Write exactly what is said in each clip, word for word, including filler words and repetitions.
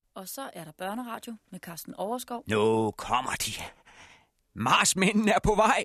Og så er der børneradio med Carsten Overskov. Nu kommer de. Marsmændene er på vej.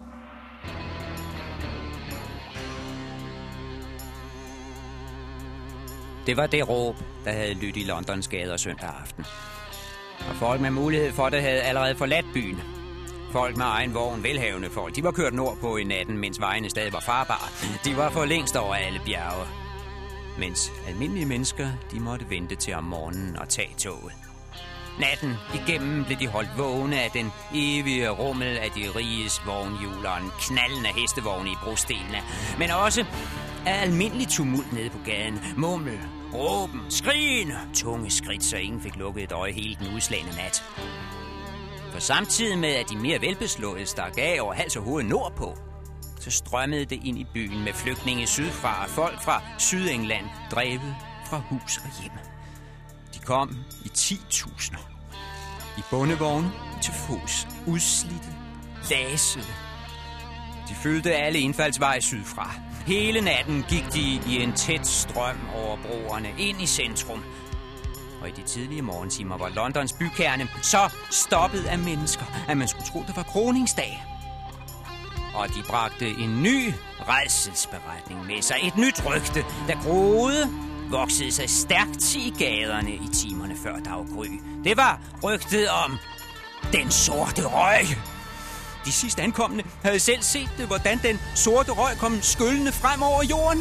Det var det råb, der havde lyttet i Londons gader søndag aften. Og folk med mulighed for det havde allerede forladt byen. Folk med egen vogn, velhavende folk, de var kørt nordpå i natten, mens vejene stadig var farbare. De var for længst over alle bjerge. Mens almindelige mennesker, de måtte vente til om morgenen og tage toget. Natten igennem blev de holdt vågne af den evige rummel af de riges vognhjul og en knalden af hestevogne i brostenene. Men også af almindelig tumult nede på gaden. Mumle, råben, skrigen, tunge skridt, så ingen fik lukket et øje hele den udslagne nat. For samtidig med, at de mere velbeslåede stak af over hals og hoved nordpå, så strømmede det ind i byen med flygtninge sydfra og folk fra Sydengland, drevet fra hus og hjem. De kom i ti tusinder. I bondevogne, til fods, udslidte, lasede. De fyldte alle indfaldsveje sydfra. Hele natten gik de i en tæt strøm over broerne ind i centrum. Og i de tidlige morgentimer var Londons bykerne så stoppet af mennesker, at man skulle tro, det var kroningsdag. Og de bragte en ny rædselsberetning med sig. Et nyt rygte, der groede, voksede sig stærkt i gaderne i timerne før daggry. Det var rygtet om den sorte røg. De sidste ankommende havde selv set det, hvordan den sorte røg kom skyllende frem over jorden.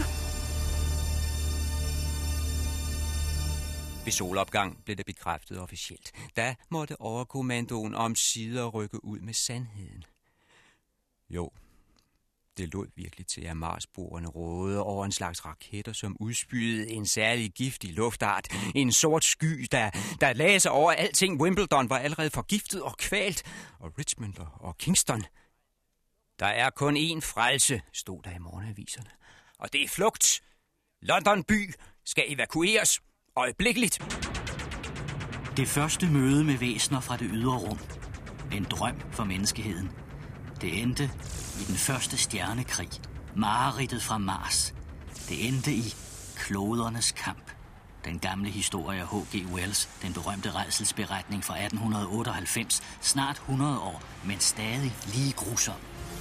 Ved solopgang blev det bekræftet officielt. Da måtte overkommandoen omsider rykke ud med sandheden. Jo, det lod virkelig til, at Marsboerne rådede over en slags raketter, som udspydede en særlig giftig luftart. En sort sky, der, der lagde sig over alting. Wimbledon var allerede forgiftet og kvalt, og Richmond og Kingston. Der er kun én frelse, stod der i morgenaviserne. Og det er flugt. London by skal evakueres øjeblikkeligt. Det første møde med væsener fra det ydre rum. En drøm for menneskeheden. Det endte i den første stjernekrig. Mareridtet fra Mars. Det endte i klodernes kamp. Den gamle historie af H G Wells, den berømte rædselsberetning fra atten otteoghalvfems, snart hundrede år, men stadig lige grusom.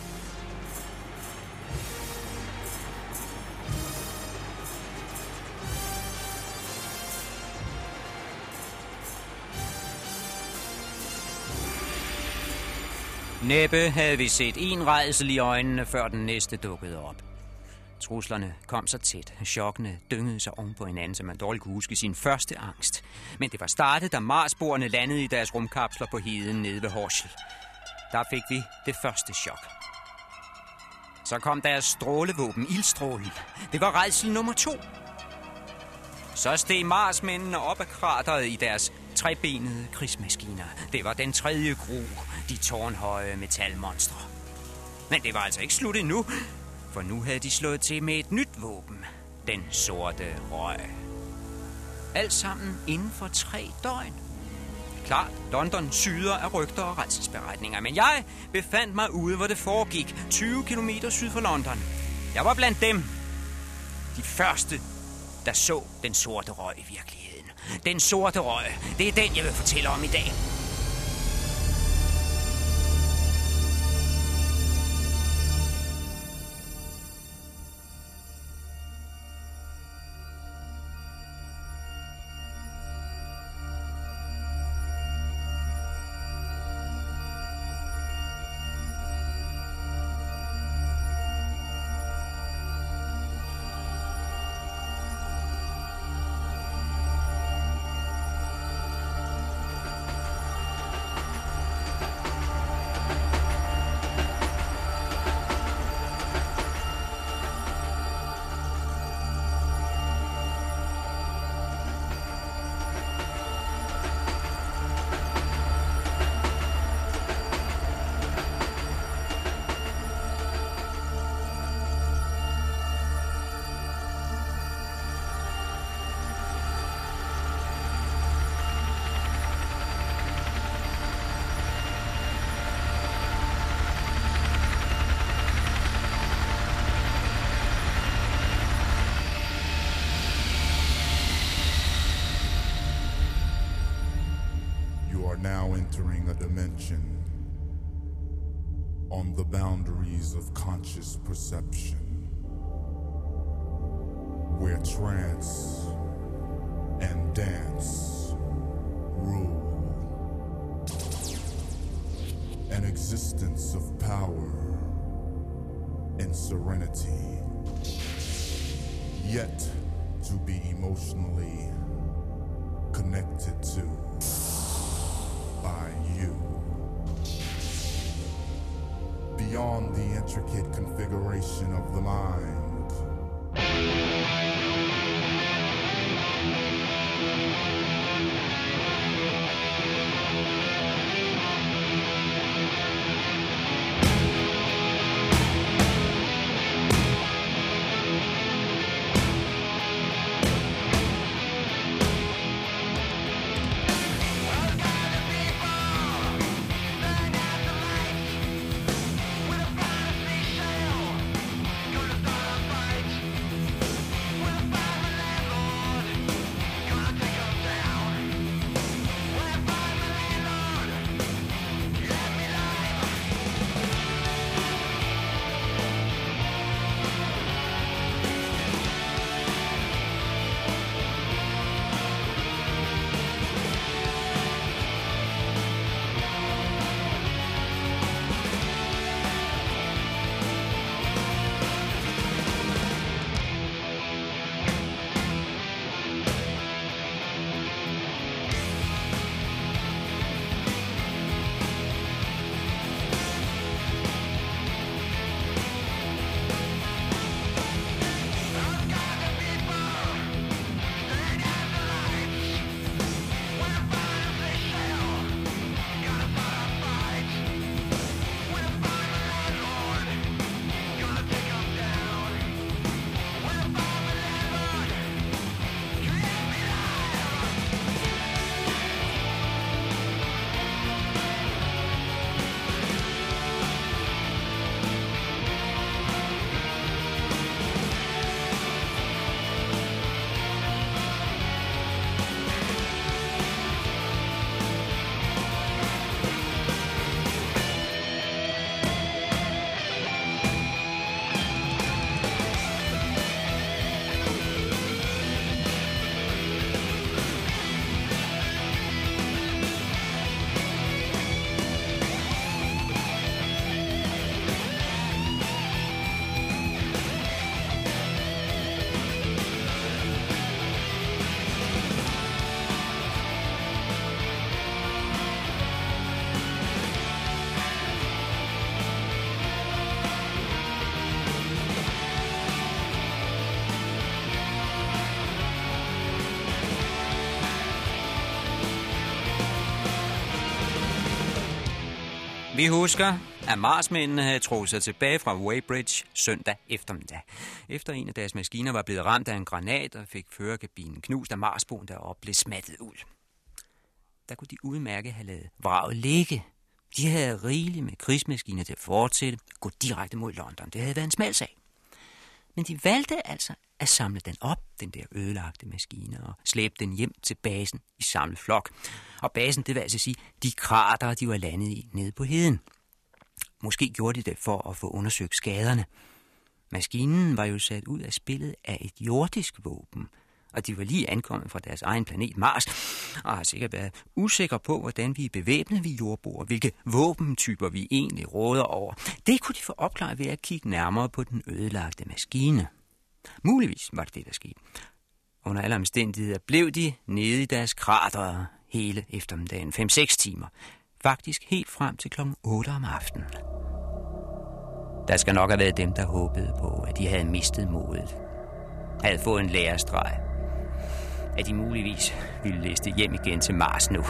Næppe havde vi set en rædsel i øjnene, før den næste dukkede op. Truslerne kom så tæt. Chokkene dyngede sig oven på hinanden, så man dårligt kunne huske sin første angst. Men det var startet, da Marsboerne landede i deres rumkapsler på heden nede ved Horsham. Der fik vi det første chok. Så kom deres strålevåben, ildstrålen. Det var rædsel nummer to. Så steg Marsmændene op af krateret i deres trebenede krigsmaskiner. Det var den tredje gru, de tårnhøje metalmonstre. Men det var altså ikke slut endnu, for nu havde de slået til med et nyt våben. Den sorte røg. Alt sammen inden for tre døgn. Klart, London syder af rygter og rædselsberetninger, men jeg befandt mig ude, hvor det foregik, tyve kilometer syd for London. Jeg var blandt dem. De første, der så den sorte røg i virkeligheden. Den sorte røg, det er den, jeg vil fortælle om i dag. are now entering a dimension on the boundaries of conscious perception, where trance and dance rule. An existence of power and serenity, yet to be emotionally connected to by you. Beyond the intricate configuration of the mind, Vi husker, at Marsmændene havde troet sig tilbage fra Weybridge søndag eftermiddag. Efter en af deres maskiner var blevet ramt af en granat og fik førerkabinen knust af Marsboen deroppe blev smattet ud. Der kunne de udmærket have ladet vraget ligge. De havde rigeligt med krigsmaskiner til at fortsætte, gå direkte mod London. Det havde været en smal sag. Men de valgte altså at samle den op, den der ødelagte maskine, og slæbe den hjem til basen i samlet flok. Og basen, det vil altså sige, de krater, de var landet i nede på heden. Måske gjorde de det for at få undersøgt skaderne. Maskinen var jo sat ud af spillet af et jordisk våben, og de var lige ankommet fra deres egen planet Mars, og har sikkert været usikre på, hvordan vi er bevæbnet ved jordboer, hvilke våbentyper vi egentlig råder over. Det kunne de få opklaret ved at kigge nærmere på den ødelagte maskine. Muligvis var det det, der skete. Under alle omstændigheder blev de nede i deres kratere hele eftermiddagen, fem seks timer. Faktisk helt frem til klokken otte om aftenen. Der skal nok have været dem, der håbede på, at de havde mistet modet. Havde fået en lærestreg. At de muligvis ville liste hjem igen til Mars nu.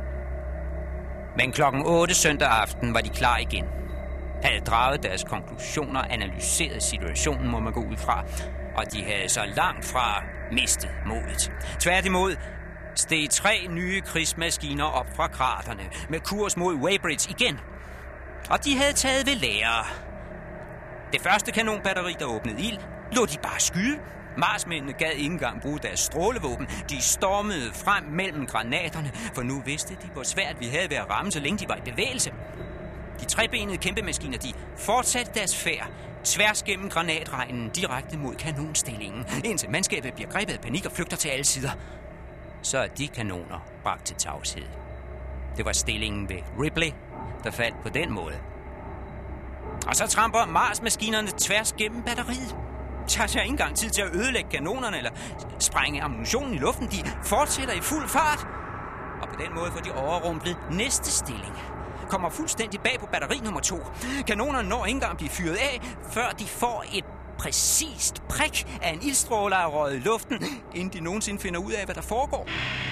Men klokken otte søndag aften var de klar igen. Havde draget deres konklusioner, analyseret situationen, må man gå ud fra. Og de havde så langt fra mistet modet. Tværtimod steg tre nye krigsmaskiner op fra kraterne med kurs mod Weybridge igen. Og de havde taget ved lære. Det første kanonbatteri, der åbnede ild, lå de bare skyde. Marsmændene gad ikke engang bruge deres strålevåben. De stormede frem mellem granaterne, for nu vidste de, hvor svært vi havde ved at ramme, så længe de var i bevægelse. De trebenede kæmpemaskiner, de fortsatte deres færd tværs gennem granatregnen direkte mod kanonstillingen, indtil mandskabet bliver grebet af panik og flygter til alle sider. Så er de kanoner bragt til tavshed. Det var stillingen ved Ripley, der faldt på den måde. Og så tramper Mars-maskinerne tværs gennem batteriet. De har ikke engang tid til at ødelægge kanonerne eller sprænge ammunitionen i luften. De fortsætter i fuld fart. Og på den måde får de overrumplet næste stilling. Kommer fuldstændig bag på batteri nummer to. Kanonerne når ikke engang at blive fyret af, før de får et præcist prik af en ildstråle af røget i luften, inden de nogensinde finder ud af, hvad der foregår.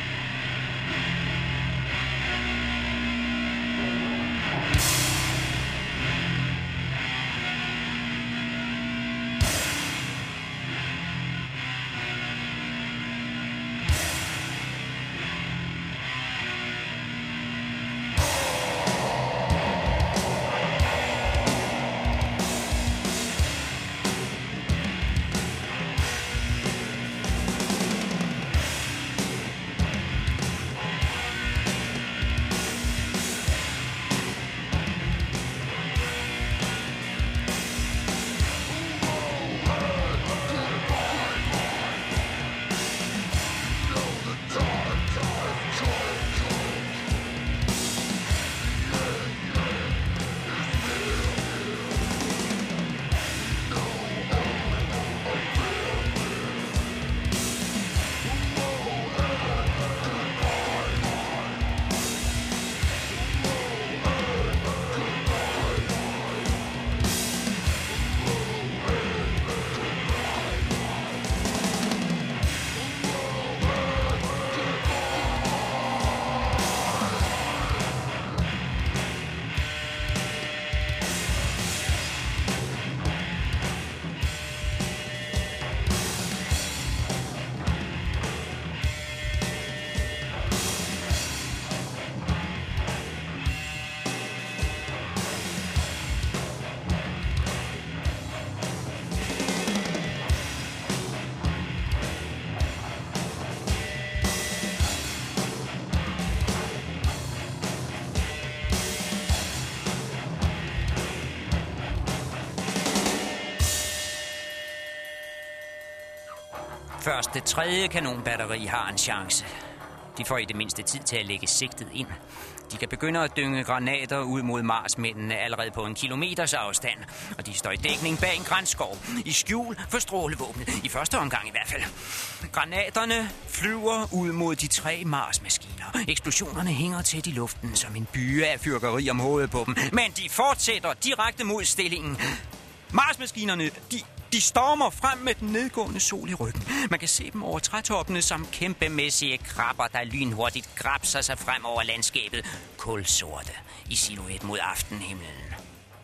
Først det tredje kanonbatteri har en chance. De får i det mindste tid til at lægge sigtet ind. De kan begynde at dynge granater ud mod Marsmændene allerede på en kilometers afstand. Og de står i dækning bag en granskov. I skjul for strålevåbnet. I første omgang i hvert fald. Granaterne flyver ud mod de tre Mars-maskiner. Eksplosionerne hænger tæt i luften som en byge af fyrkeri om hovedet på dem. Men de fortsætter direkte mod stillingen. Mars-maskinerne, de... De stormer frem med den nedgående sol i ryggen. Man kan se dem over trætoppene som kæmpemæssige krabber, der lynhurtigt grabser sig frem over landskabet. Kulsorte i silhuet mod aftenhimlen.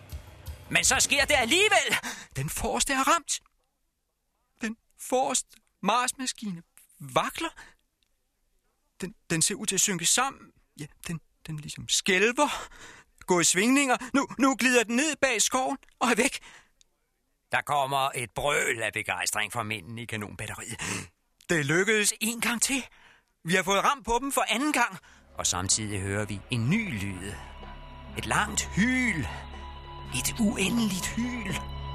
Men så sker det alligevel. Den forreste er ramt. Den forreste Mars-maskine vakler. Den, den ser ud til at synke sammen. Ja, den, den ligesom skælver. Går i svingninger. Nu, nu glider den ned bag skoven og er væk. Der kommer et brøl af begejstring fra mændene i kanonbatteriet. Det lykkedes en gang til. Vi har fået ram på dem for anden gang. Og samtidig hører vi en ny lyd. Et langt hyl. Et uendeligt hyl.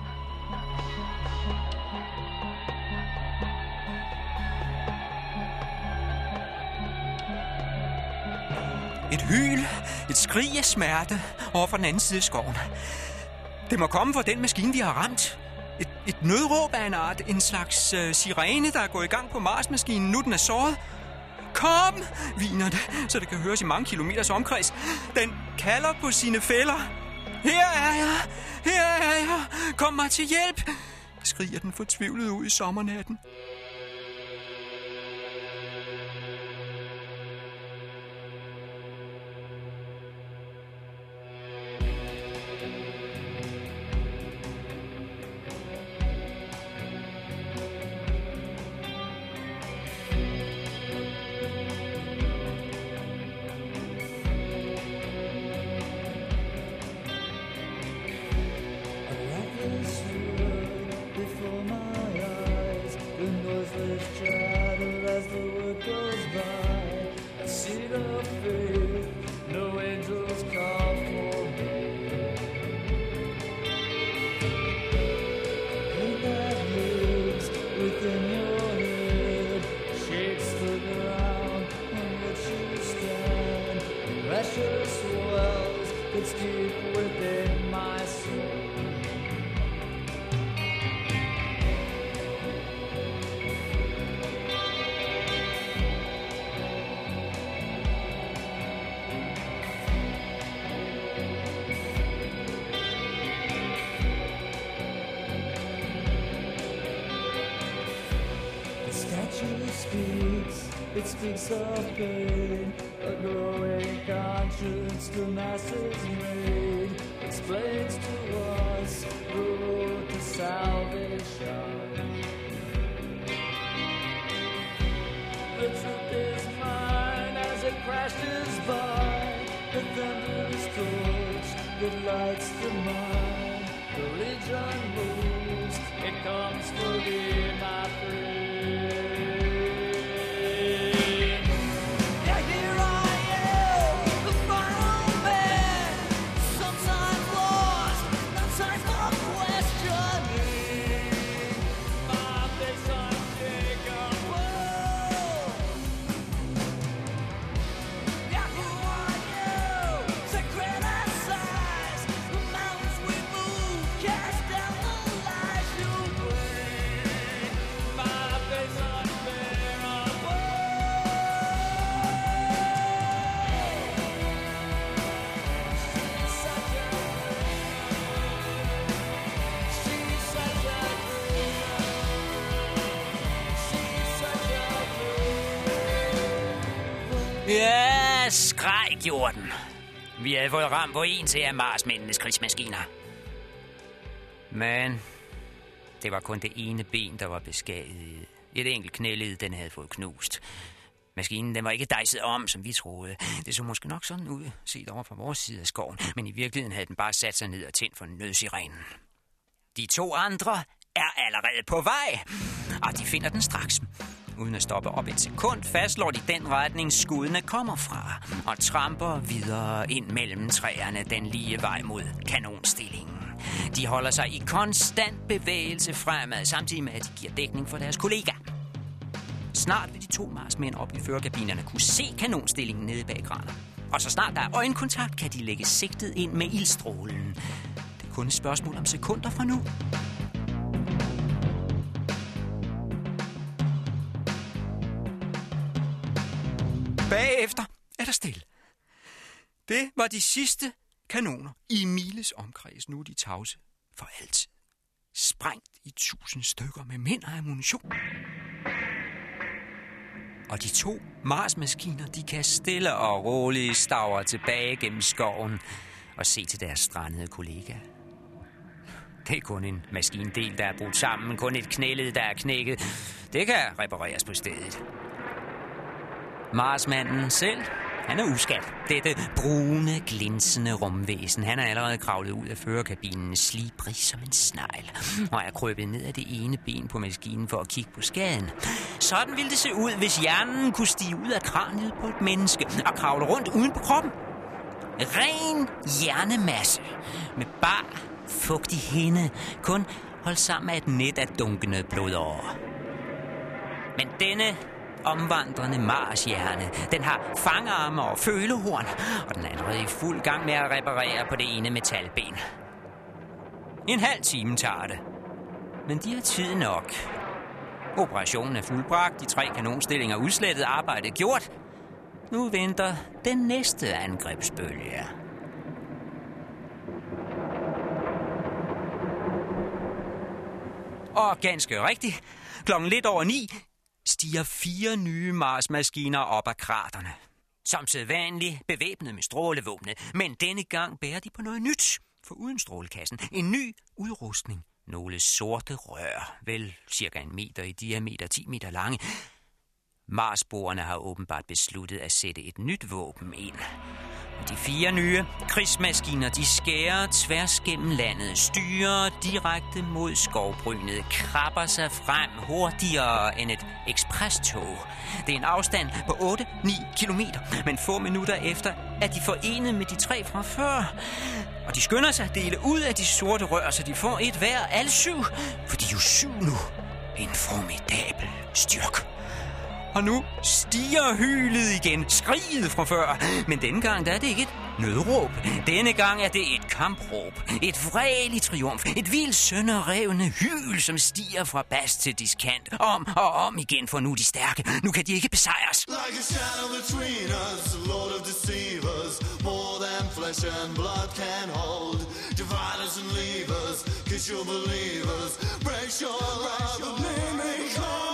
Et hyl. Et skrig af smerte over fra den anden side af skoven. Det må komme fra den maskine, vi har ramt. Et, et nødråb af en art. En slags uh, sirene, der er gået i gang på Mars-maskinen. Nu den er såret. Kom, viner det, så det kan høres i mange kilometers omkreds. Den kalder på sine fæller. Her er jeg, her er jeg. Kom mig til hjælp, skriger den fortvivlet ud i sommernatten. Before my eyes, the of faith, no angels call for me. Hate that lives within your head shakes the ground on which you stand. Precious wells that's deep within my soul. Speaks, it speaks of pain, a growing conscience the masses made, explains to us the road to salvation. The truth is mine as it crashes by, the thunder's torch that lights the mind. Religion moves, it comes for thee, my friend. Ja, skreg gjorde den. Vi havde fået ramt på en til af Mars-mændenes krigsmaskiner. Men det var kun det ene ben, der var beskadiget. Et enkelt knæled, den havde fået knust. Maskinen, den var ikke dejset om, som vi troede. Det så måske nok sådan ud, set over fra vores side af skoven. Men i virkeligheden havde den bare sat sig ned og tændt for nødsirenen. De to andre er allerede på vej, og de finder den straks. Uden at stoppe op et sekund, fastslår de den retning, skuddene kommer fra, og tramper videre ind mellem træerne den lige vej mod kanonstillingen. De holder sig i konstant bevægelse fremad, samtidig med, at de giver dækning for deres kollega. Snart vil de to marsmænd op i førerkabinerne kunne se kanonstillingen nede bag kraner. Og så snart der er øjenkontakt, kan de lægge sigtet ind med ildstrålen. Det er kun et spørgsmål om sekunder fra nu. Bagefter er der stille. Det var de sidste kanoner i miles omkreds. Nu er de tavse for altid. Sprængt i tusind stykker med mænd og ammunition. Og de to Mars-maskiner, de kan stille og roligt stavre tilbage gennem skoven og se til deres strandede kollega. Det er kun en maskindel, der er brudt sammen. Kun et knæled, der er knækket. Det kan repareres på stedet. Marsmanden selv, han er uskadt. Dette brune, glinsende rumvæsen. Han er allerede kravlet ud af førerkabinen, slibrig som en snegl, og er krøbet ned af det ene ben på maskinen for at kigge på skaden. Sådan ville det se ud, hvis hjernen kunne stige ud af kraniet på et menneske og kravle rundt uden på kroppen. Ren hjernemasse med bar, fugtig hinde, kun holdt sammen af et net af dunkende blodårer. Men denne omvandrende Mars-hjerne, den har fangarme og følehorn, og den er allerede i fuld gang med at reparere på det ene metalben. En halv time tager det, men de har tid nok. Operationen er fuldbragt, de tre kanonstillinger udslettet, arbejdet gjort. Nu venter den næste angrebsbølge. Og ganske rigtigt, klokken lidt over ni, stiger fire nye Mars-maskiner op af kraterne. Som sædvanligt bevæbnet med strålevåbne, men denne gang bærer de på noget nyt. For uden strålekassen, en ny udrustning. Nogle sorte rør, vel cirka en meter i diameter, ti meter lange. Marsboerne har åbenbart besluttet at sætte et nyt våben ind. De fire nye krigsmaskiner, de skærer tværs gennem landet, styrer direkte mod skovbrynet, krabber sig frem hurtigere end et eksprestog. Det er en afstand på otte til ni kilometer, men få minutter efter er de forenet med de tre fra før. Og de skynder sig at dele ud af de sorte rør, så de får et hver, alle syv, for de er jo syv nu. En formidabel styrke. Og nu stiger hylet igen, skriget fra før. Men denne gang der er det ikke et nødråb. Denne gang er det et kampråb. Et vrelig triumf. Et vildt sønderrevne hyl, som stiger fra bas til diskant. Om og om igen for nu de stærke. Nu kan de ikke besejres. Like a shadow between us, Lord of deceivers, more than flesh and blood can hold. Divide us and leave us, kiss your believers, break your love, but leave me cold.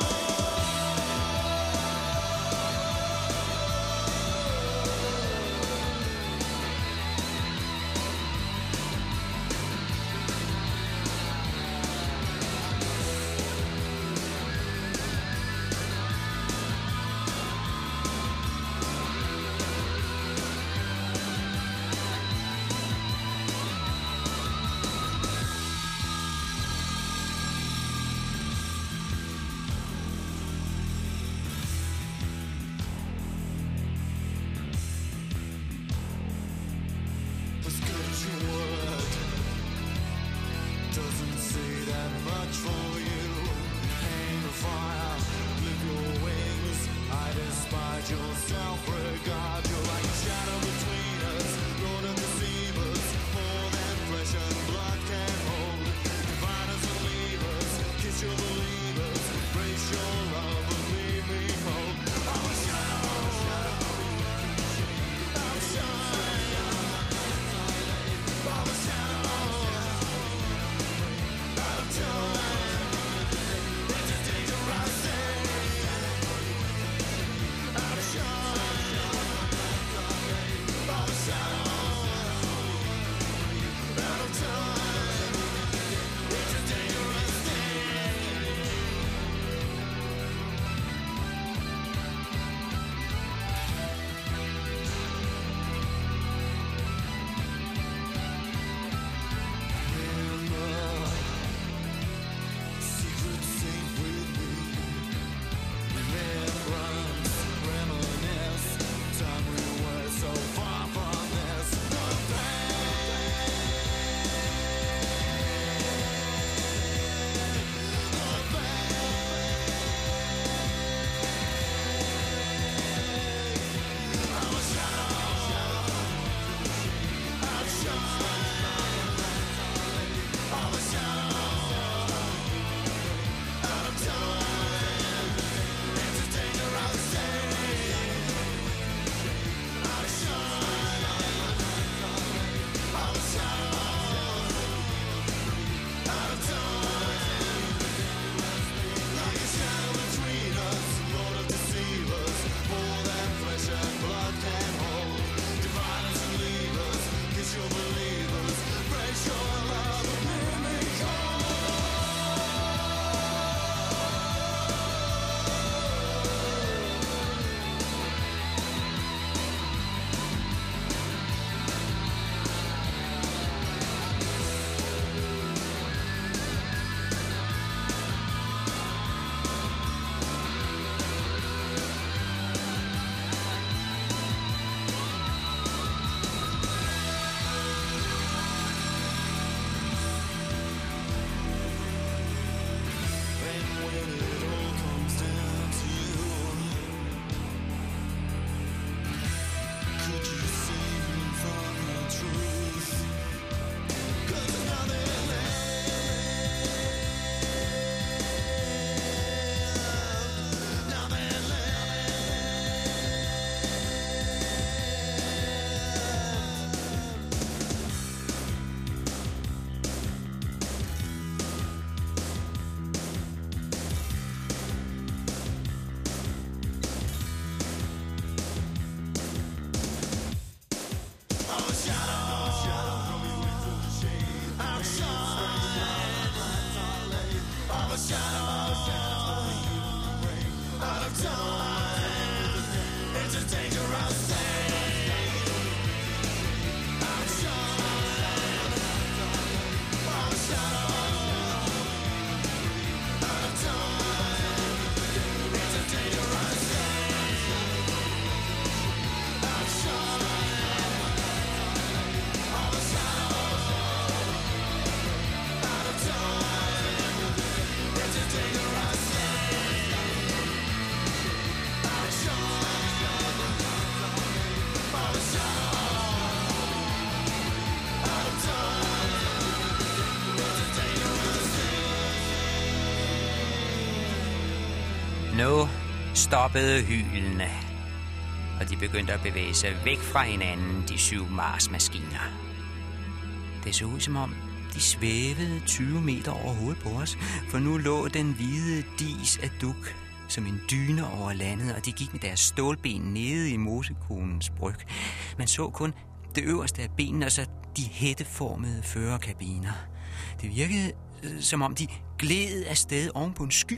Nu stoppede hylene, og de begyndte at bevæge sig væk fra hinanden, de syv Mars-maskiner. Det så ud som om, de svævede tyve meter over hovedet på os, for nu lå den hvide dis af duk som en dyne over landet, og de gik med deres stålben nede i mosekonens bryg. Man så kun det øverste af benene, og så de hætteformede førerkabiner. Det virkede, som om de gled afsted oven på en sky.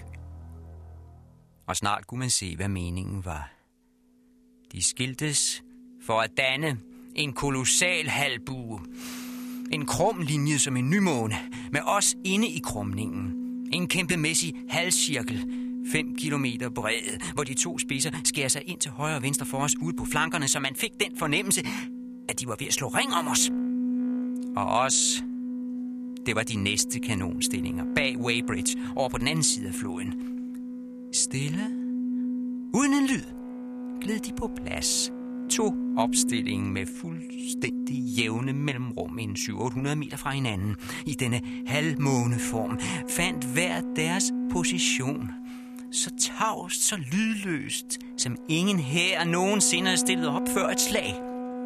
Og snart kunne man se, hvad meningen var. De skiltes for at danne en kolossal halvbue. En krum linje som en nymåne, med os inde i krumningen. En kæmpemæssig halvcirkel, fem kilometer bred, hvor de to spidser skærer sig ind til højre og venstre for os ude på flankerne, så man fik den fornemmelse, at de var ved at slå ring om os. Og os, det var de næste kanonstillinger bag Weybridge over på den anden side af floden. Stille, uden en lyd, gled de på plads. Tog opstillingen med fuldstændig jævne mellemrum en syv til otte hundrede meter fra hinanden i denne halvmåneform, fandt hver deres position. Så tavst, så lydløst, som ingen her nogensinde havde stillet op før et slag.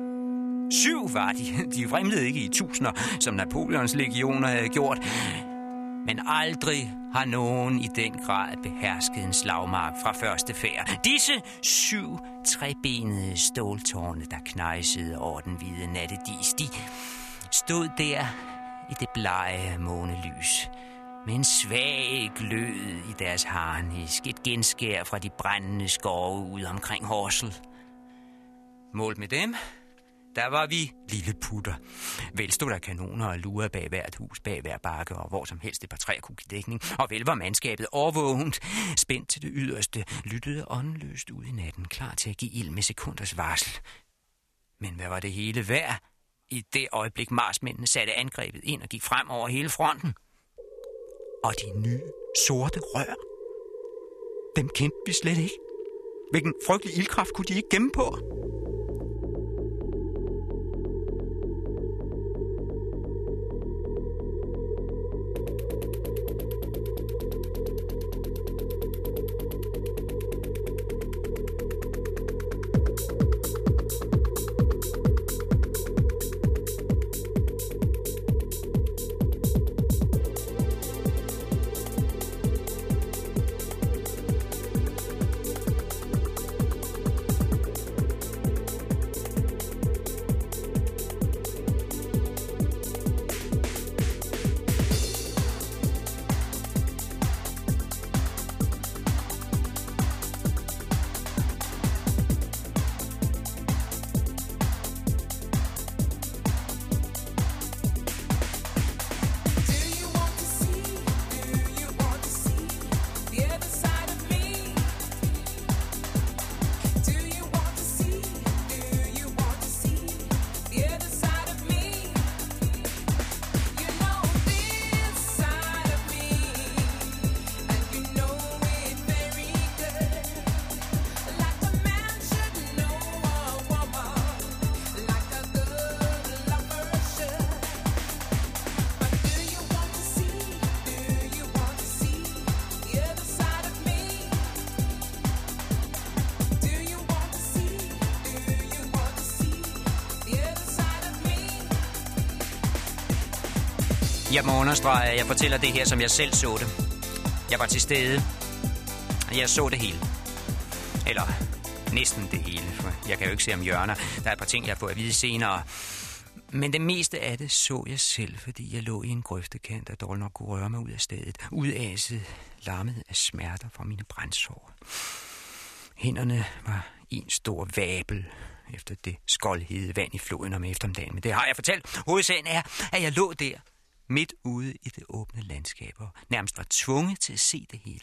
Syv var de. De vrimlede ikke i tusinder, som Napoleons legioner havde gjort. Men aldrig har nogen i den grad behersket en slagmark fra første færd. Disse syv trebenede ståltårne, der knejsede over den hvide nattedis, de stod der i det blege månelys, med en svag glød i deres harnisk, et genskær fra de brændende skove ude omkring Horsel. Målt med dem, der var vi lille putter. Vel stod der kanoner og lurer bag hvert hus, bag hver bakke, og hvor som helst et par træer kunne give dækning. Og vel var mandskabet overvågent, spændt til det yderste, lyttede åndeløst ud i natten, klar til at give ild med sekunders varsel. Men hvad var det hele værd? I det øjeblik marsmændene satte angrebet ind og gik frem over hele fronten. Og de nye sorte rør, dem kendte vi slet ikke. Hvilken frygtelig ildkraft kunne de ikke gemme på? Jeg må understrege, at jeg fortæller det her, som jeg selv så det. Jeg var til stede, og jeg så det hele. Eller næsten det hele, for jeg kan jo ikke se om hjørner. Der er et par ting, jeg får at vide senere. Men det meste af det så jeg selv, fordi jeg lå i en grøftekant, og dårligt nok kunne røre mig ud af stedet. Udaset, lammet af smerter fra mine brændsår. Hænderne var en stor vabel efter det skoldhede vand i floden om eftermiddagen. Men det har jeg fortalt. Hovedsagen er, at jeg lå der midt ude i det åbne landskab og nærmest var tvunget til at se det hele.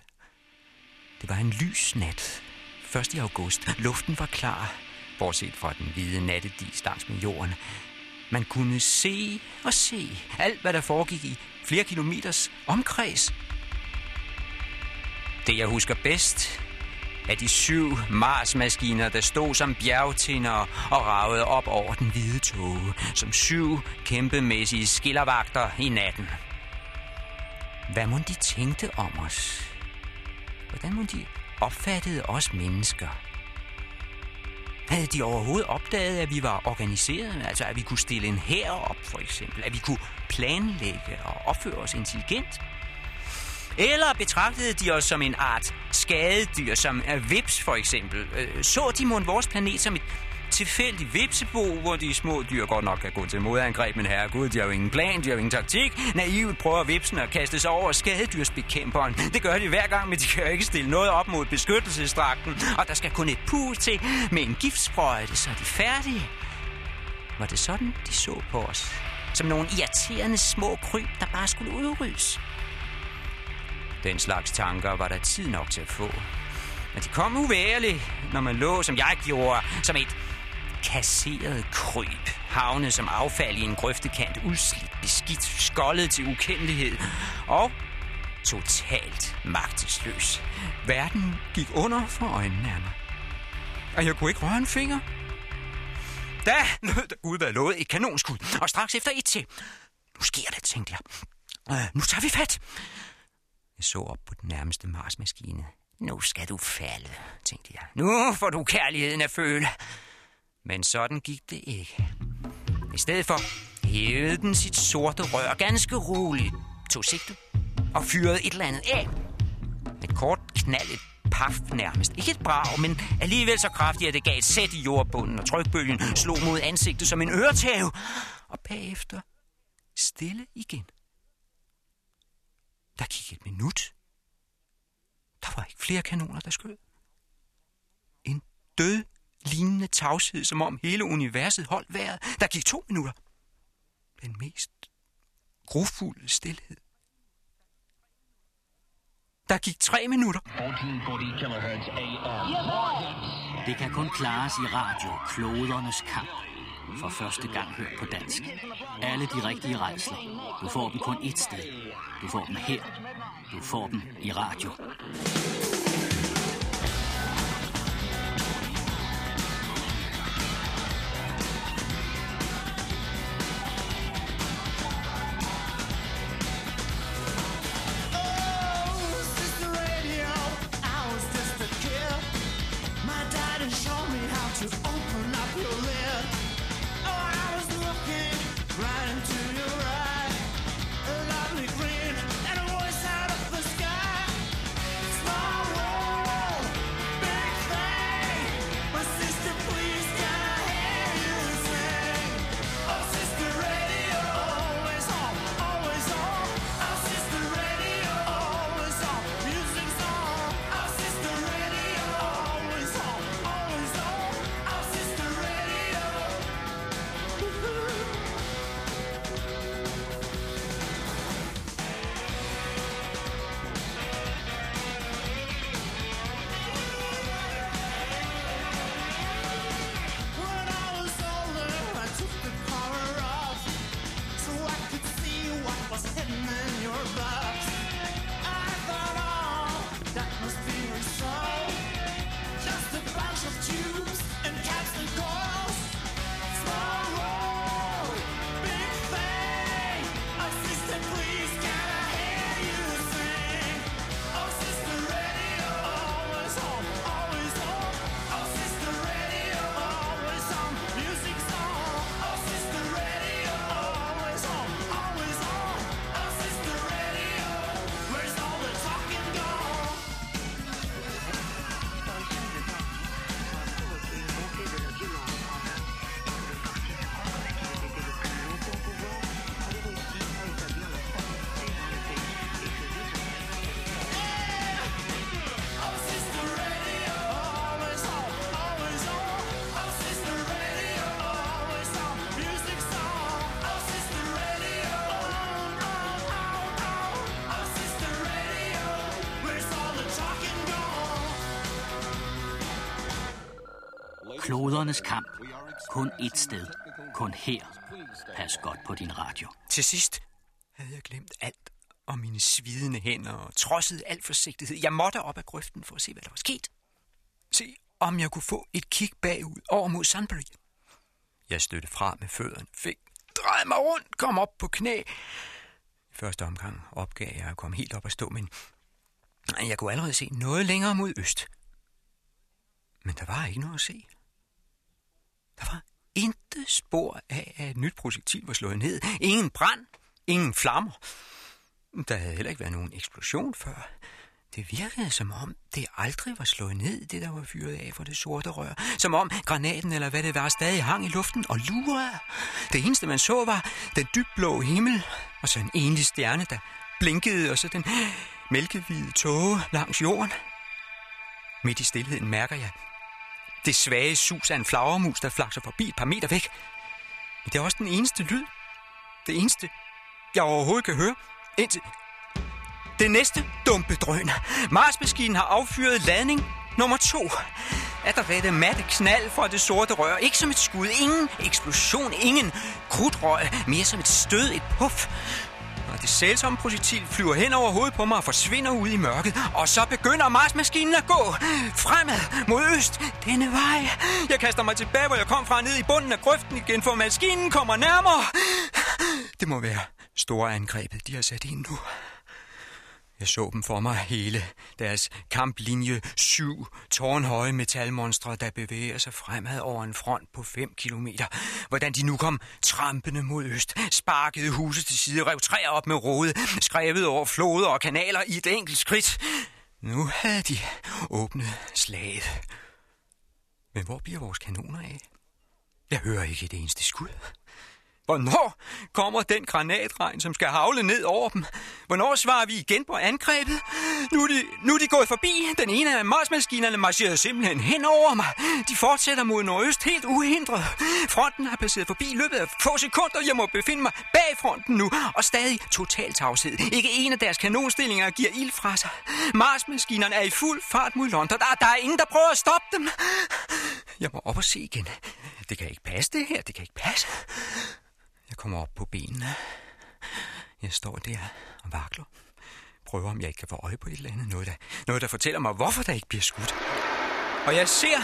Det var en lys nat, første august. Luften var klar, bortset fra den hvide nattedis langs med jorden. Man kunne se og se alt, hvad der foregik i flere kilometers omkreds. Det, jeg husker bedst, er de syv Mars-maskiner, der stod som bjergtinder og ragede op over den hvide tåge, som syv kæmpemæssige skillervagter i natten. Hvad må de tænkte om os? Hvordan må de opfattede os mennesker? Havde de overhovedet opdaget, at vi var organiseret? Altså, at vi kunne stille en hær op, for eksempel? At vi kunne planlægge og opføre os intelligent? Eller betragtede de os som en art skadedyr, som er vips, for eksempel? Så de mon vores planet som et tilfældigt vipsebo, hvor de små dyr godt nok kan gå til modangreb, men herregud, de har jo ingen plan, de har jo ingen taktik. Naivt prøver vipsen at kaste sig over skadedyrsbekæmperen. Det gør de hver gang, men de kan jo ikke stille noget op mod beskyttelsesdragten. Og der skal kun et pus til med en giftsprøjte, så er de færdige. Var det sådan, de så på os? Som nogle irriterende små kryb, der bare skulle udryddes? Den slags tanker var der tid nok til at få. Men de kom uværligt, når man lå, som jeg gjorde, som et kasseret kryb, havnet som affald i en grøftekant, udslidt, beskidt, skoldet til ukendelighed og totalt magtesløs. Verden gik under for øjnene af mig, og jeg kunne ikke røre en finger. Da lød der Gud være lovet et kanonskud, og straks efter et til. Nu sker det, tænkte jeg. Øh, nu tager vi fat. Jeg så op på den nærmeste Mars-maskine. Nu skal du falde, tænkte jeg. Nu får du kærligheden at føle. Men sådan gik det ikke. I stedet for hævede den sit sorte rør ganske roligt, tog sigte og fyrede et eller andet af. Et kort knald, et paf nærmest. Ikke et brag, men alligevel så kraftigt, at det gav et sæt i jordbunden, og trykbølgen slog mod ansigtet som en øretæve. Og bagefter stille igen. Der gik et minut. Der var ikke flere kanoner, der skød. En død lignende tavshed, som om hele universet holdt vejret. Der gik to minutter. Den mest grufulde stilhed. Der gik tre minutter. Det kan kun klares i radio, Klodernes Kamp. For første gang hørt på dansk. Alle de rigtige rejsler. Du får dem kun ét sted. Du får dem her. Du får dem i radio. Klodernes Kamp. Kun ét sted. Kun her. Pas godt på din radio. Til sidst havde jeg glemt alt om mine svidende hænder og trodset al forsigtighed. Jeg måtte op af grøften for at se, hvad der var sket. Se, om jeg kunne få et kig bagud over mod Sunbury. Jeg stødte fra med fødderne, fik drejet mig rundt, kom op på knæ. I første omgang opgav jeg at komme helt op at stå, men Jeg kunne allerede se noget længere mod øst. Men der var ikke noget at se. Der var intet spor af, at et nyt projektil var slået ned. Ingen brand, ingen flammer. Der havde heller ikke været nogen eksplosion før. Det virkede som om, det aldrig var slået ned, det der var fyret af for det sorte rør. Som om granaten eller hvad det var stadig hang i luften og lurede. Det eneste man så var den dybblå himmel, og så en enlig stjerne, der blinkede, og så den mælkehvide tåge langs jorden. Midt i stilheden mærker jeg det svage sus af en flagermus, der flakser forbi et par meter væk. Men det er også den eneste lyd. Det eneste, jeg overhovedet kan høre. Indtil det næste dumpe drøn. Marsmaskinen har affyret ladning nummer to. Er der været en matte knald fra det sorte rør? Ikke som et skud, ingen eksplosion, ingen krudtrøg, mere som et stød, et puff. Og det sælsomme projektil flyver hen over hovedet på mig og forsvinder ud i mørket. Og så begynder Marsmaskinen at gå fremad mod øst denne vej. Jeg kaster mig tilbage, hvor jeg kom fra, ned i bunden af grøften igen, for maskinen kommer nærmere. Det må være store angrebet, de har sat ind nu. Jeg så dem for mig hele. Deres kamplinje, syv tårnhøje metalmonstre, der bevæger sig fremad over en front på fem kilometer. Hvordan de nu kom trampende mod øst, sparkede huse til side, rev træer op med rode, skrevet over floder og kanaler i et enkelt skridt. Nu havde de åbnet slaget. Men hvor bliver vores kanoner af? Jeg hører ikke et eneste skud. Hvornår kommer den granatregn, som skal havle ned over dem? Hvornår svarer vi igen på angrebet? Nu er de, nu er de gået forbi. Den ene af Marsmaskinerne marcherede simpelthen hen over mig. De fortsætter mod nordøst helt uhindret. Fronten har passeret forbi i løbet af få sekunder. Jeg må befinde mig bag fronten nu. Og stadig total tavshed. Ikke en af deres kanonstillinger giver ild fra sig. Marsmaskinerne er i fuld fart mod London. Der, der er ingen, der prøver at stoppe dem. Jeg må op og se igen. Det kan ikke passe det her. Det kan ikke passe. Jeg kommer op på benene. Jeg står der og vakler. Prøver, om jeg ikke kan få øje på et eller andet. Noget, der, noget, der fortæller mig, hvorfor der ikke bliver skudt. Og jeg ser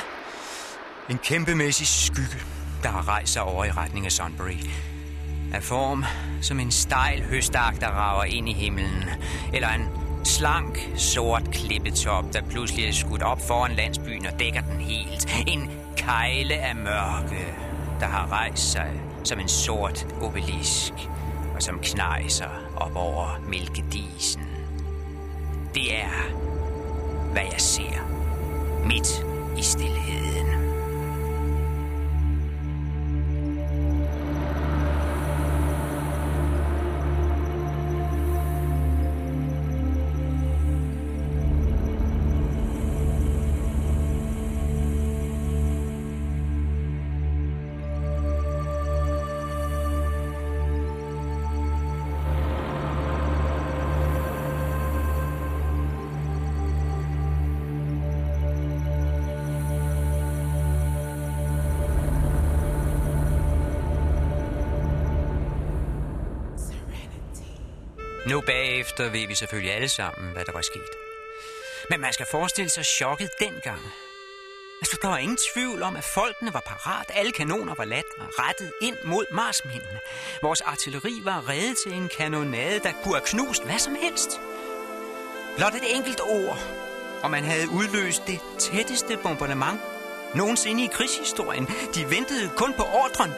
en kæmpemæssig skygge, der har rejst sig over i retning af Sunbury. Af form som en stejl høstak, der rager ind i himlen. Eller en slank, sort klippetop, der pludselig er skudt op foran landsbyen og dækker den helt. En kejle af mørke, der har rejst sig som en sort obelisk, og som knejser op over mælkedisen. Det er, hvad jeg ser midt i stilheden. Nu bagefter ved vi selvfølgelig alle sammen, hvad der var sket. Men man skal forestille sig chokket dengang. Altså, der var ingen tvivl om, at folkene var parat. Alle kanoner var ladt og rettet ind mod marsmændene. Vores artilleri var reddet til en kanonade, der kunne have knust hvad som helst. Blot et enkelt ord, og man havde udløst det tætteste bombardement nogensinde i krigshistorien. De ventede kun på ordren.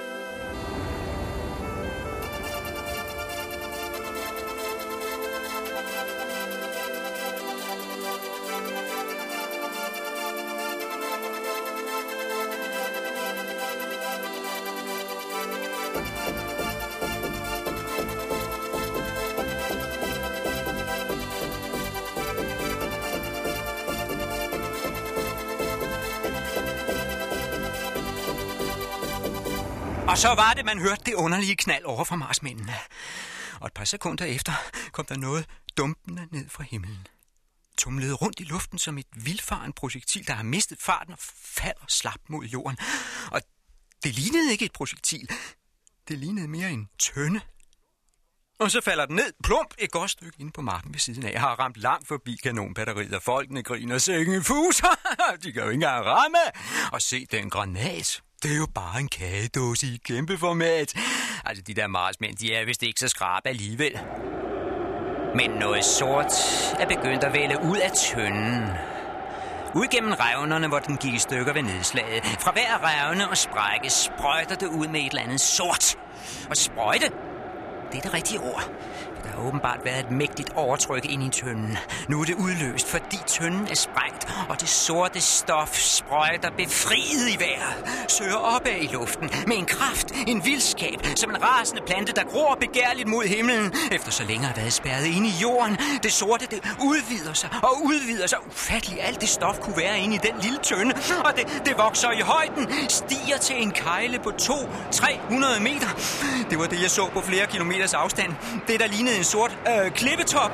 Og så var det, man hørte det underlige knald over fra marsmændene. Og et par sekunder efter kom der noget dumpende ned fra himlen. Tumlede rundt i luften som et vildfarent projektil, der har mistet farten og falder slap mod jorden. Og det lignede ikke et projektil. Det lignede mere en tønde. Og så falder den ned, plump, et godt stykke inde på marken ved siden af. Jeg har ramt langt forbi kanonbatteriet, og folkene griner sikken fuser. De kan jo ikke engang ramme. Og se den granat. Det er jo bare en kagedåse i kæmpe format. Altså, de der marsmænd, de er vist ikke så skrabe alligevel. Men noget sort er begyndt at vælge ud af tønden. Ud gennem revnerne, hvor den gik i stykker ved nedslaget. Fra hver revne og sprække sprøjter det ud med et eller andet sort. Og sprøjte, det er det rigtige ord. Der har åbenbart været et mægtigt overtryk ind i tønden. Nu er det udløst, fordi tønden er sprængt, og det sorte stof sprøjter befriet i vejret. Søger opad i luften med en kraft, en vildskab, som en rasende plante, der gror begærligt mod himlen. Efter så længe har været spærret inde i jorden. Det sorte, det udvider sig og udvider sig. Ufatteligt alt det stof kunne være inde i den lille tønde. Og det, det vokser i højden, stiger til en kejle på to til tre hundrede meter. Det var det, jeg så på flere kilometers afstand. Det, der lignede en sort øh, klippetop.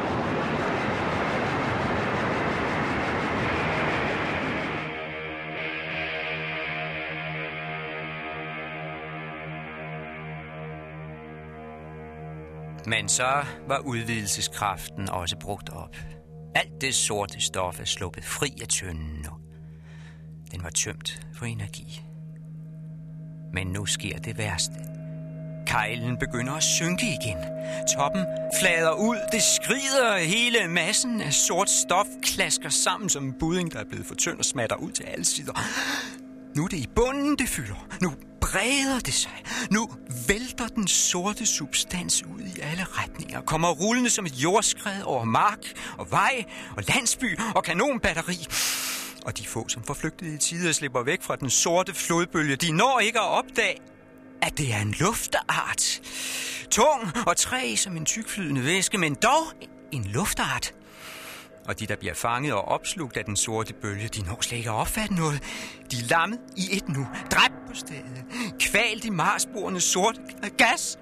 Men så var udvidelseskraften også brugt op. Alt det sorte stof er sluppet fri af tønden nu. Den var tømt for energi. Men nu sker det værste. Kejlen begynder at synke igen. Toppen flader ud. Det skrider. Hele massen af sort stof klasker sammen som en budding, der er blevet for tynd og smatter ud til alle sider. Nu er det i bunden, det fylder. Nu breder det sig. Nu vælter den sorte substans ud i alle retninger. Kommer rullende som et jordskred over mark og vej og landsby og kanonbatteri. Og de få, som forflygtede i tide, slipper væk fra den sorte flodbølge. De når ikke at opdage, at det er en luftart. Tung og træ som en tykflydende væske, men dog en luftart. Og de, der bliver fanget og opslugt af den sorte bølge, de når slet ikke at opfatte noget. De er lammet i et nu, dræbt på stedet, kvalt i marsborene sort gas.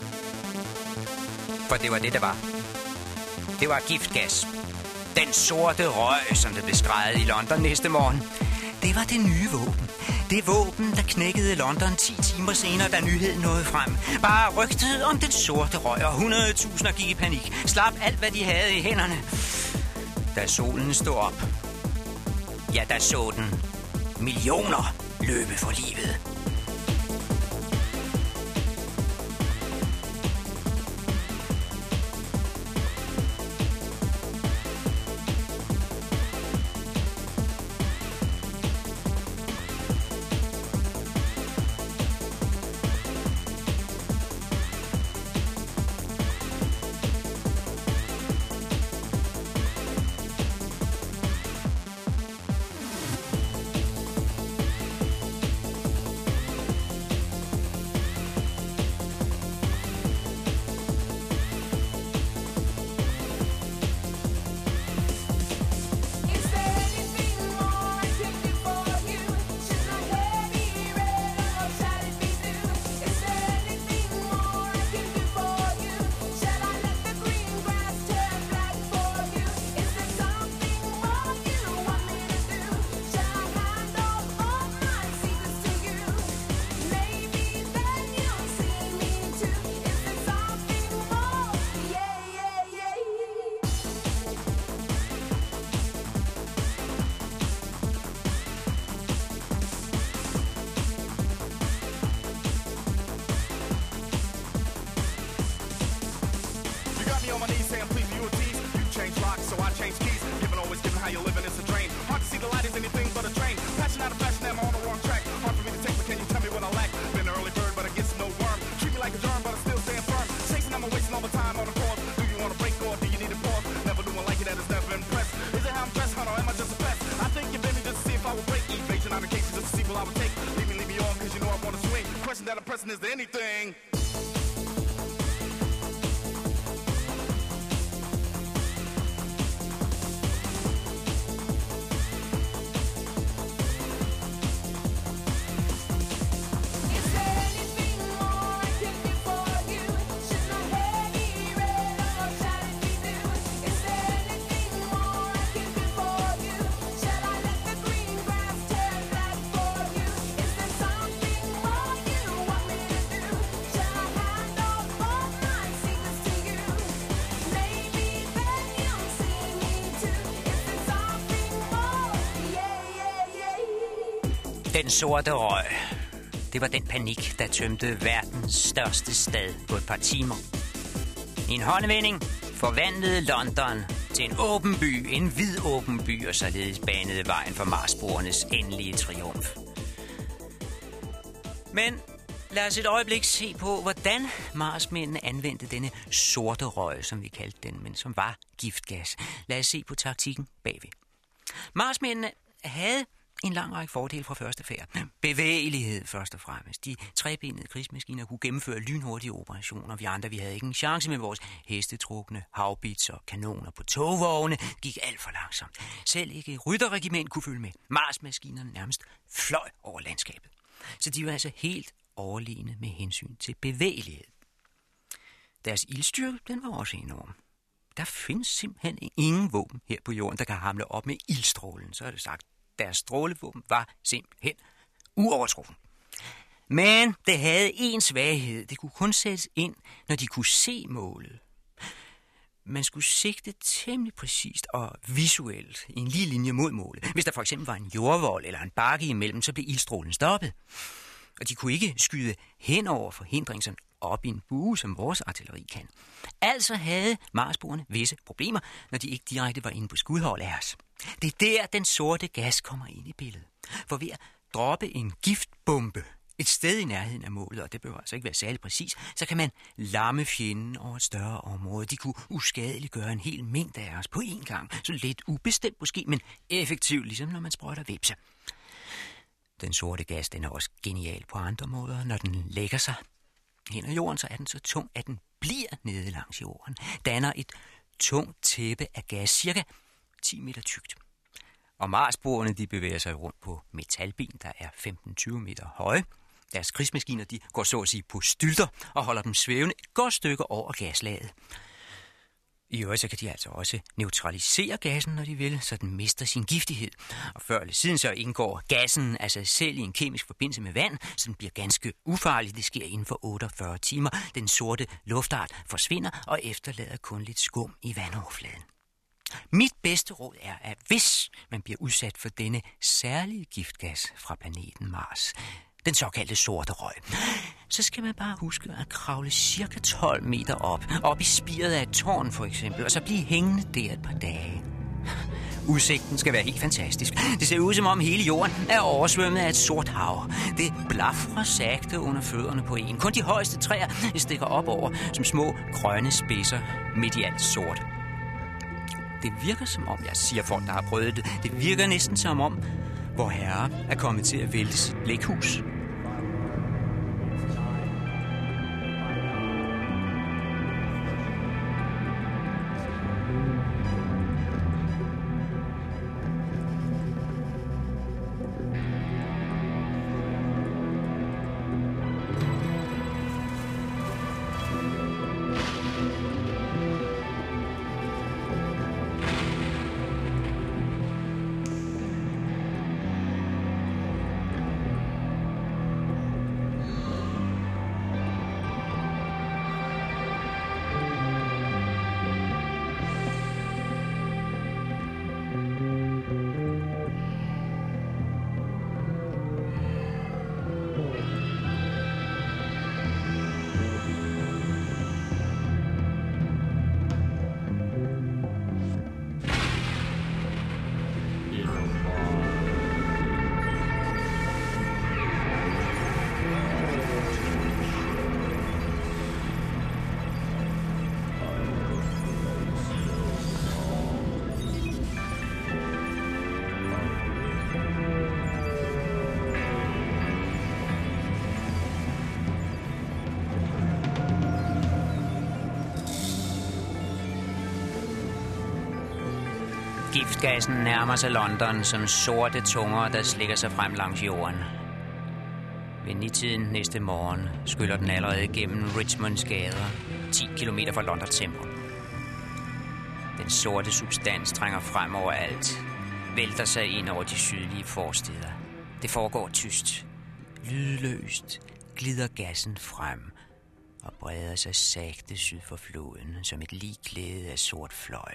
For det var det, der var. Det var giftgas. Den sorte røg, som det blev skreget i London næste morgen. Det var det nye våben. Det våben, der knækkede London ti timer senere, da nyheden nåede frem. Bare rygtet om den sorte røg, og hundrede tusinder gik i panik. Slap alt, hvad de havde i hænderne. Da solen stod op, ja, der så den millioner løbe for livet. Is there anything? Den sorte røg. Det var den panik, der tømte verdens største stad på et par timer. I en håndevending forvandlede London til en åben by, en hvid åben by, og således banede vejen for Marsborernes endelige triumf. Men lad os et øjeblik se på, hvordan Marsmændene anvendte denne sorte røg, som vi kaldte den, men som var giftgas. Lad os se på taktikken bagved. Marsmændene havde en lang række fordele fra første færd. Bevægelighed først og fremmest. De trebenede krigsmaskiner kunne gennemføre lynhurtige operationer. Vi andre vi havde ikke en chance med vores hestetrukne, havbits og kanoner på togvogne. Gik alt for langsomt. Selv ikke rytterregiment kunne følge med. Marsmaskinerne nærmest fløj over landskabet. Så de var altså helt overlegne med hensyn til bevægelighed. Deres ildstyrke, den var også enorm. Der findes simpelthen ingen våben her på jorden, der kan hamle op med ildstrålen. Så er det sagt, deres strålevåben var simpelthen uovertruffen. Men det havde en svaghed. Det kunne kun sættes ind, når de kunne se målet. Man skulle sigte temmelig præcist og visuelt i en lige linje mod målet. Hvis der for eksempel var en jordvold eller en bakke imellem, så blev ildstrålen stoppet. Og de kunne ikke skyde hen over forhindring sådan op i en bue, som vores artilleri kan. Altså havde Marsboerne visse problemer, når de ikke direkte var inde på skudhold af os. Det er der, den sorte gas kommer ind i billedet. For ved at droppe en giftbombe et sted i nærheden af målet, og det behøver altså ikke være særlig præcis, så kan man lamme fjenden over et større område. De kunne uskadeligt gøre en hel mængde af os på én gang. Så lidt ubestemt måske, men effektivt, ligesom når man sprøjter vepse. Den sorte gas, den er også genial på andre måder. Når den lægger sig hen ad jorden, så er den så tung, at den bliver nede langs jorden. Danner et tungt tæppe af gas, cirka ti meter tykt. Og Marsboerne, de bevæger sig rundt på metalben, der er femten til tyve meter høje. Deres krigsmaskiner, de går så at sige på stylter og holder dem svævende et godt stykke over gaslaget. I øvrigt så kan de altså også neutralisere gassen, når de vil, så den mister sin giftighed. Og før eller siden så indgår gassen af sig selv i en kemisk forbindelse med vand, så den bliver ganske ufarlig. Det sker inden for otteogfyrre timer. Den sorte luftart forsvinder og efterlader kun lidt skum i vandoverfladen. Mit bedste råd er, at hvis man bliver udsat for denne særlige giftgas fra planeten Mars, den såkaldte sorte røg, så skal man bare huske at kravle cirka tolv meter op, op i spiret af et tårn for eksempel, og så blive hængende der et par dage. Udsigten skal være helt fantastisk. Det ser ud som om hele jorden er oversvømmet af et sort hav. Det blafrer sagte under fødderne på en. Kun de højeste træer stikker op over som små grønne spidser midt i alt sort. Det virker som om, jeg siger folk, der har prøvet det, det virker næsten som om, hvor herre er kommet til at vælte sit blækhus. Giftgassen nærmer sig London som sorte tunger, der slikker sig frem langs jorden. Ved nitiden næste morgen skyller den allerede gennem Richmonds gader, ti kilometer fra Londons centrum. Den sorte substans trænger frem over alt, vælter sig ind over de sydlige forstæder. Det foregår tyst. Lydløst glider gassen frem og breder sig sagte syd for floden som et ligklæde af sort fløj.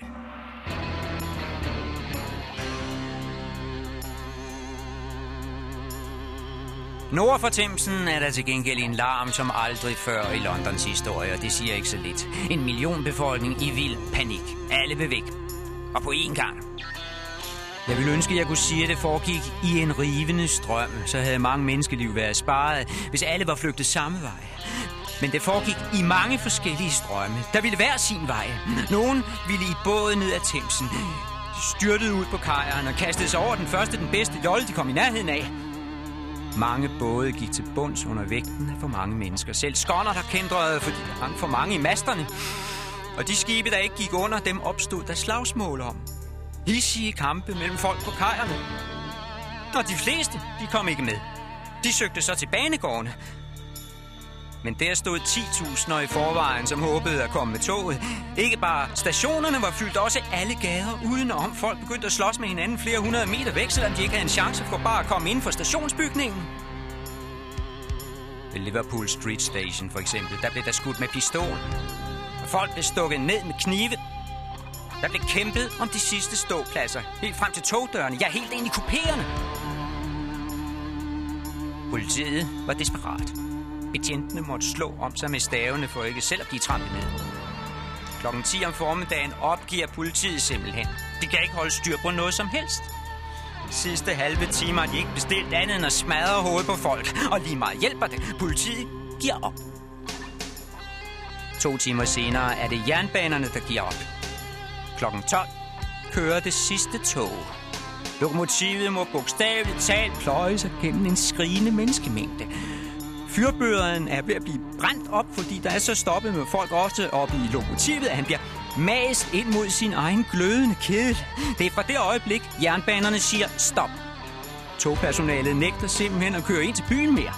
Nord for Themsen er der til gengæld en larm som aldrig før i Londons historie, og det siger ikke så lidt. En millionbefolkning i vild panik. Alle vil væk. Og på én gang. Jeg ville ønske, at jeg kunne sige, at det foregik i en rivende strøm. Så havde mange menneskeliv været sparet, hvis alle var flygtet samme vej. Men det foregik i mange forskellige strømme. Der ville hver sin vej. Nogen ville i båden ned ad Themsen. Styrtede ud på kajeren og kastede sig over den første, den bedste jolle, de kom i nærheden af. Mange både gik til bunds under vægten af for mange mennesker. Selv skånder, der kændrede, fordi der hang for mange i masterne. Og de skibe, der ikke gik under, dem opstod der slagsmål om. Hidsige kampe mellem folk på kajerne. Og de fleste, de kom ikke med. De søgte så til banegårdene. Men der stod ti tusinder i forvejen, som håbede at komme med toget. Ikke bare stationerne var fyldt, også alle gader udenom. Folk begyndte at slås med hinanden flere hundrede meter væk, selvom de ikke havde en chance for bare at komme ind for stationsbygningen. Ved Liverpool Street Station for eksempel, der blev der skudt med pistol. Og folk blev stukket ned med knive. Der blev kæmpet om de sidste ståpladser, helt frem til togdørene, ja, helt ind i kupéerne. Politiet var desperat. Betjentene måtte slå om sig med stavene for ikke selv at blive trampet ned. Klokken ti om formiddagen opgiver politiet simpelthen. De kan ikke holde styr på noget som helst. De sidste halve timer har de ikke bestilt andet end at smadre hovedet på folk. Og lige meget hjælper det. Politiet giver op. To timer senere er det jernbanerne, der giver op. Klokken tolv kører det sidste tog. Lokomotivet må bogstaveligt talt pløje sig gennem en skrigende menneskemængde. Fyrbøderen er ved at blive brændt op, fordi der er så stoppet med folk også oppe i lokomotivet, at han bliver mast ind mod sin egen glødende kedel. Det er fra det øjeblik, jernbanerne siger stop. Togpersonalet nægter simpelthen at køre ind til byen mere.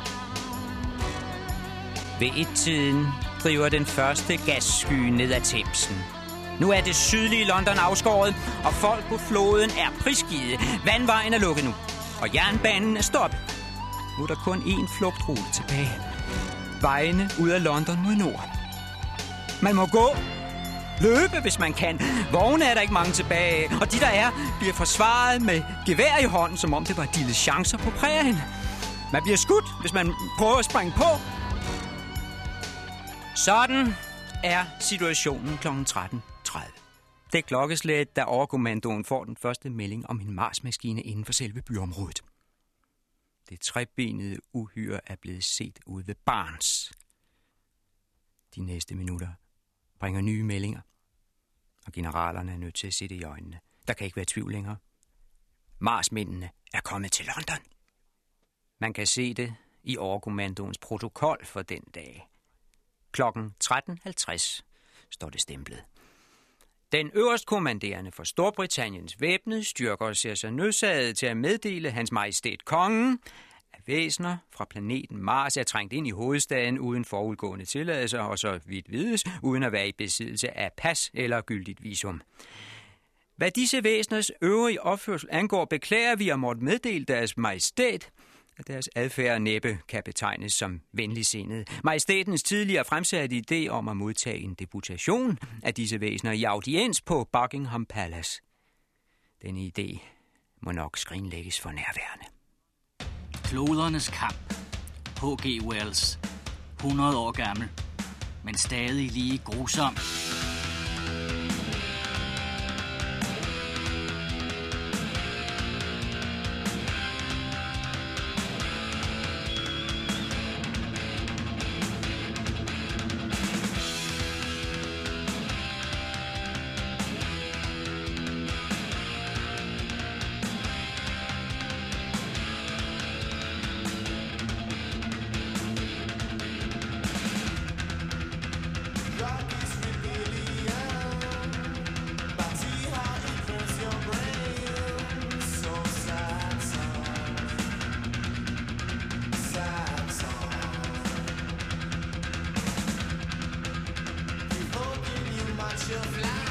Ved et-tiden driver den første gassky ned ad Themsen. Nu er det sydlige London afskåret, og folk på floden er prisgivet. Vandvejen er lukket nu, og jernbanen er stoppet. Nu er der kun én flugtrute tilbage. Vejene ud af London mod nord. Man må gå. Løbe, hvis man kan. Vogne er der ikke mange tilbage. Og de, der er, bliver forsvaret med gevær i hånden, som om det var diligencer på prærien. Man bliver skudt, hvis man prøver at springe på. Sådan er situationen klokken tretten tredive. Det er klokkeslæt, da overkommandoen får den første melding om en Mars-maskine inden for selve byområdet. Det trebenede uhyre er blevet set ude ved Barnes. De næste minutter bringer nye meldinger, og generalerne er nødt til at se det i øjnene. Der kan ikke være tvivl længere. Marsmændene er kommet til London. Man kan se det i overkommandoens protokol for den dag. Klokken tretten halvtreds står det stemplet. Den øverstkommanderende for Storbritanniens væbnede styrker ser sig nødsaget til at meddele hans majestæt kongen, at væsener fra planeten Mars er trængt ind i hovedstaden uden forudgående tilladelser og så vidt vides, uden at være i besiddelse af pas eller gyldigt visum. Hvad disse væseners øvrige opførsel angår, beklager vi at måtte meddele deres majestæt, at deres adfærd næppe kan betegnes som venligsindet. Majestætens tidligere fremsatte idé om at modtage en deputation af disse væsener i audiens på Buckingham Palace. Denne idé må nok skrinlægges for nærværende. Klodernes kamp. H G Wells. hundrede år gammel, men stadig lige grusom. Your fly.